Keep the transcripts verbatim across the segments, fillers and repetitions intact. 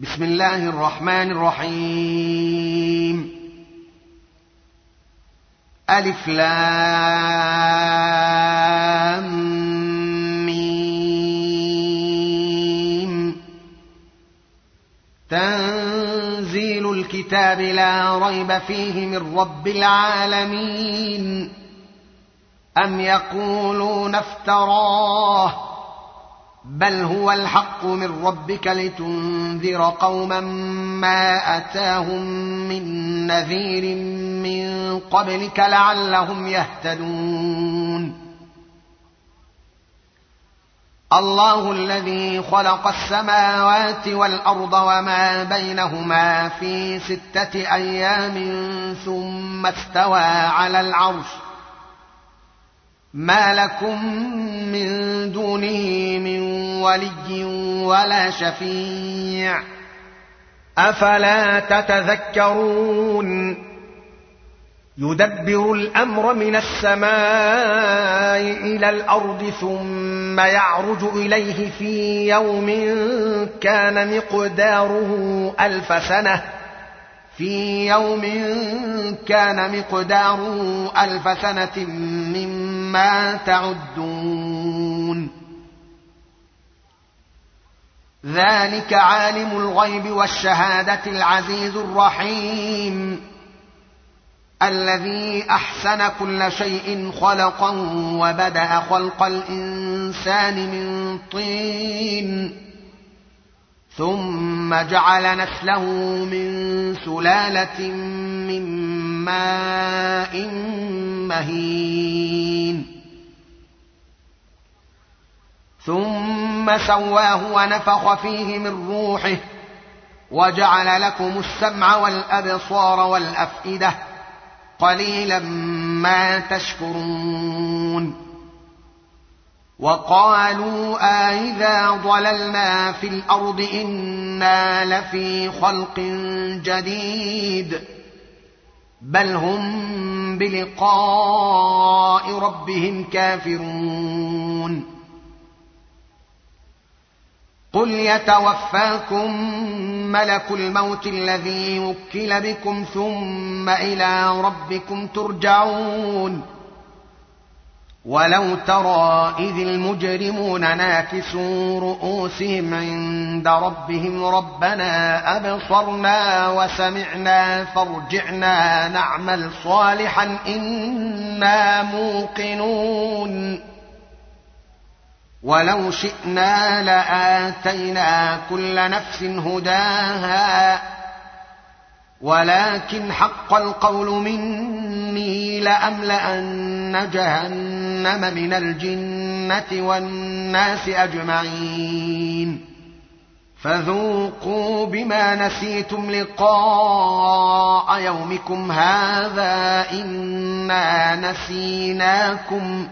بسم الله الرحمن الرحيم. ألف لام ميم. تنزيل الكتاب لا ريب فيه من رب العالمين. أم يقولون افتراه بل هو الحق من ربك لتنذر قوما ما أتاهم من نذير من قبلك لعلهم يهتدون. الله الذي خلق السماوات والأرض وما بينهما في ستة أيام ثم استوى على العرش ما لكم من دونه من ولي ولا شفيع أفلا تتذكرون. يدبر الأمر من السماء إلى الأرض ثم يعرج إليه في يوم كان مقداره ألف سنة في يوم كان مقداره ألف سنة مما تعدون. ذلك عالم الغيب والشهادة العزيز الرحيم الذي أحسن كل شيء خلقا وبدأ خلق الإنسان من طين ثم جعل نسله من سلالة من ماء مهين ثم سواه ونفخ فيه من روحه وجعل لكم السمع والأبصار والأفئدة قليلا ما تشكرون. وقالوا أإذا ضللنا في الأرض إنا لفي خلق جديد بل هم بلقاء ربهم كافرون. قل يتوفاكم ملك الموت الذي وكل بكم ثم إلى ربكم ترجعون. ولو ترى إذ المجرمون ناكسوا رؤوسهم عند ربهم ربنا أبصرنا وسمعنا فارجعنا نعمل صالحا إنا موقنون. ولو شئنا لآتينا كل نفس هداها ولكن حق القول مني لأملأن جهنم من الجنة والناس أجمعين فذوقوا بما نسيتم لقاء يومكم هذا إنا نسيناكم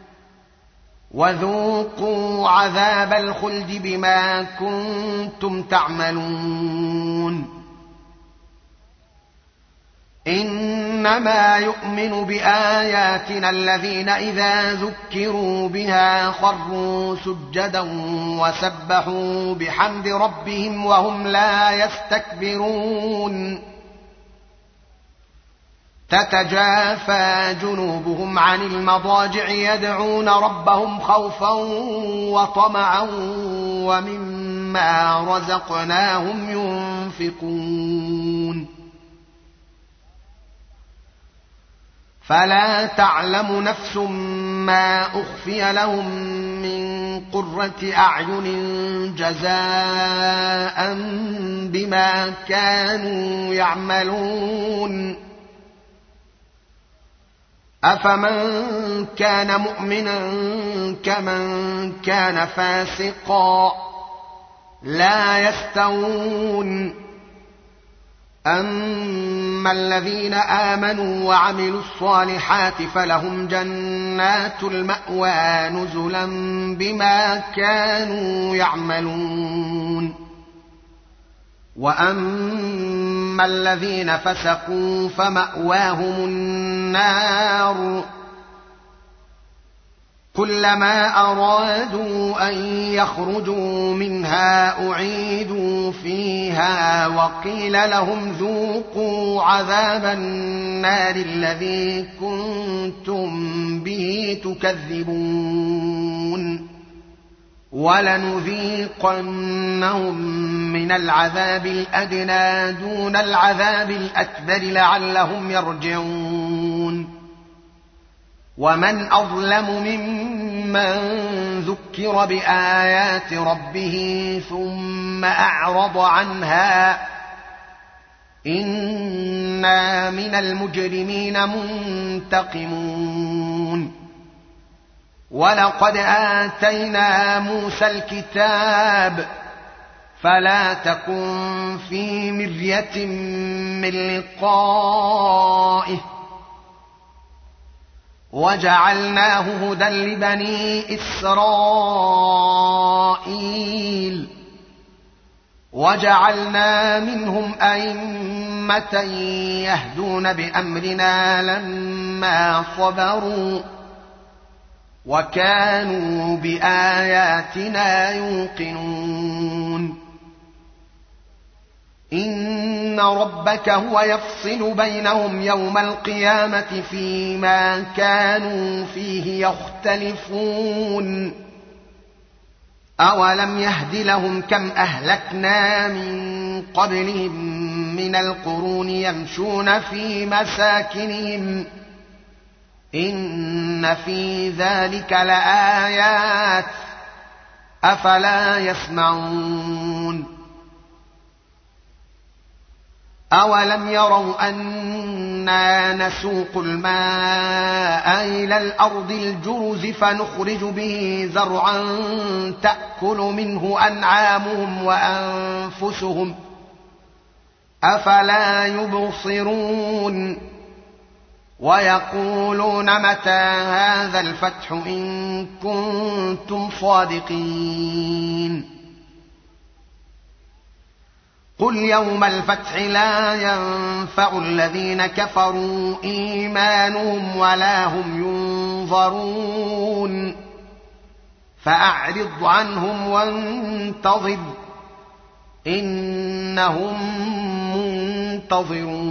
وذوقوا عذاب الخلد بما كنتم تعملون. إنما يؤمن بآياتنا الذين إذا ذكروا بها خروا سجدا وسبحوا بحمد ربهم وهم لا يستكبرون. تتجافى جنوبهم عن المضاجع يدعون ربهم خوفا وطمعا ومما رزقناهم ينفقون. فلا تعلم نفس ما أخفي لهم من قرة أعين جزاء بما كانوا يعملون. أفمن كان مؤمنا كمن كان فاسقا لا يستوون. أما الذين آمنوا وعملوا الصالحات فلهم جنات المأوى نزلا بما كانوا يعملون. وأما الذين فسقوا فمأواهم النار كلما أرادوا أن يخرجوا منها أعيدوا فيها وقيل لهم ذوقوا عذاب النار الذي كنتم به تكذبون ولنذيقنهم من العذاب الأدنى دون العذاب الأكبر لعلهم يرجعون ومن أظلم ممن ذكر بآيات ربه ثم أعرض عنها إنا من المجرمين منتقمون ولقد آتينا موسى الكتاب فلا تكن في مرية من لقائه وجعلناه هدى لبني إسرائيل وجعلنا منهم أئمة يهدون بأمرنا لما صبروا وكانوا بآياتنا يوقنون إن ربك هو يفصل بينهم يوم القيامة فيما كانوا فيه يختلفون أولم يهد لهم كم أهلكنا من قبلهم من القرون يمشون في مساكنهم إن في ذلك لآيات أفلا يسمعون أولم يروا أنا نسوق الماء إلى الأرض الجرز فنخرج به زرعا تأكل منه أنعامهم وأنفسهم أفلا يبصرون ويقولون متى هذا الفتح إن كنتم صادقين قل يوم الفتح لا ينفع الذين كفروا إيمانهم ولا هم ينظرون فأعرض عنهم وانتظر إنهم منتظرون